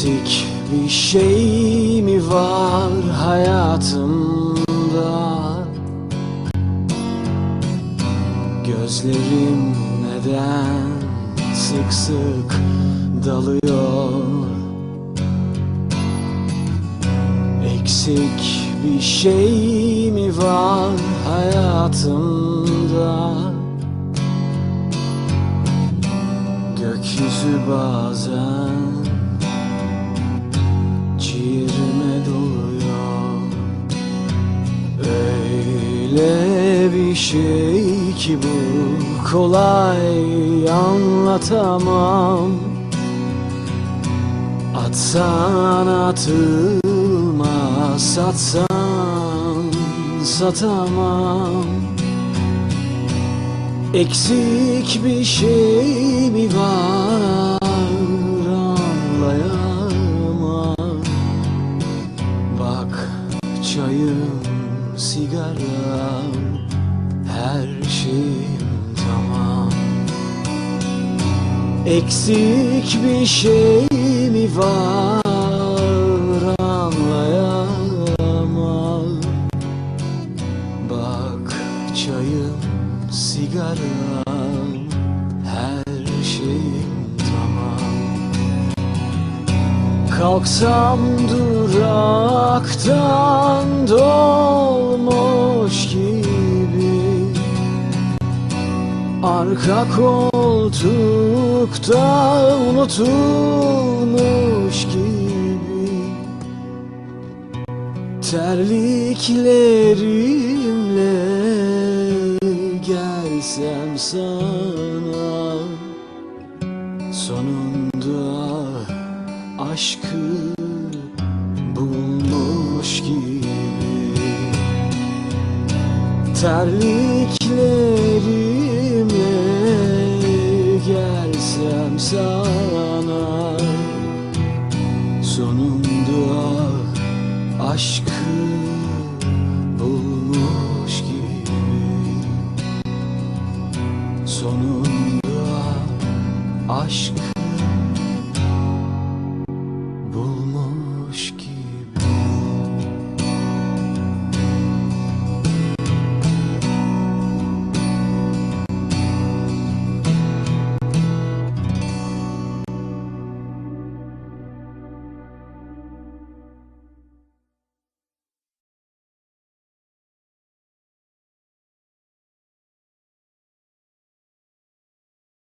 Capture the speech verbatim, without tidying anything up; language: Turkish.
Eksik bir şey mi var hayatımda? Gözlerim neden sık sık dalıyor? Eksik bir şey mi var hayatımda? Gökyüzü bazen ciğerime doluyor. Öyle bir şey ki bu, kolay anlatamam. Atsan atılmaz, satsan satamam. Eksik bir şey mi var anlayamam. Bak çayım, sigaram, her şeyim tamam. Eksik bir şey mi var anlayamam. Bak çayım, sigaram, her şeyim tamam. Kalksam duraktan dolmuş gibi, arka koltukta unutulmuş gibi, terliklerimle gelsem sana, sonunda aşkı bulmuş gibi. Terliklerimle gelsem sana, sonunda aşkı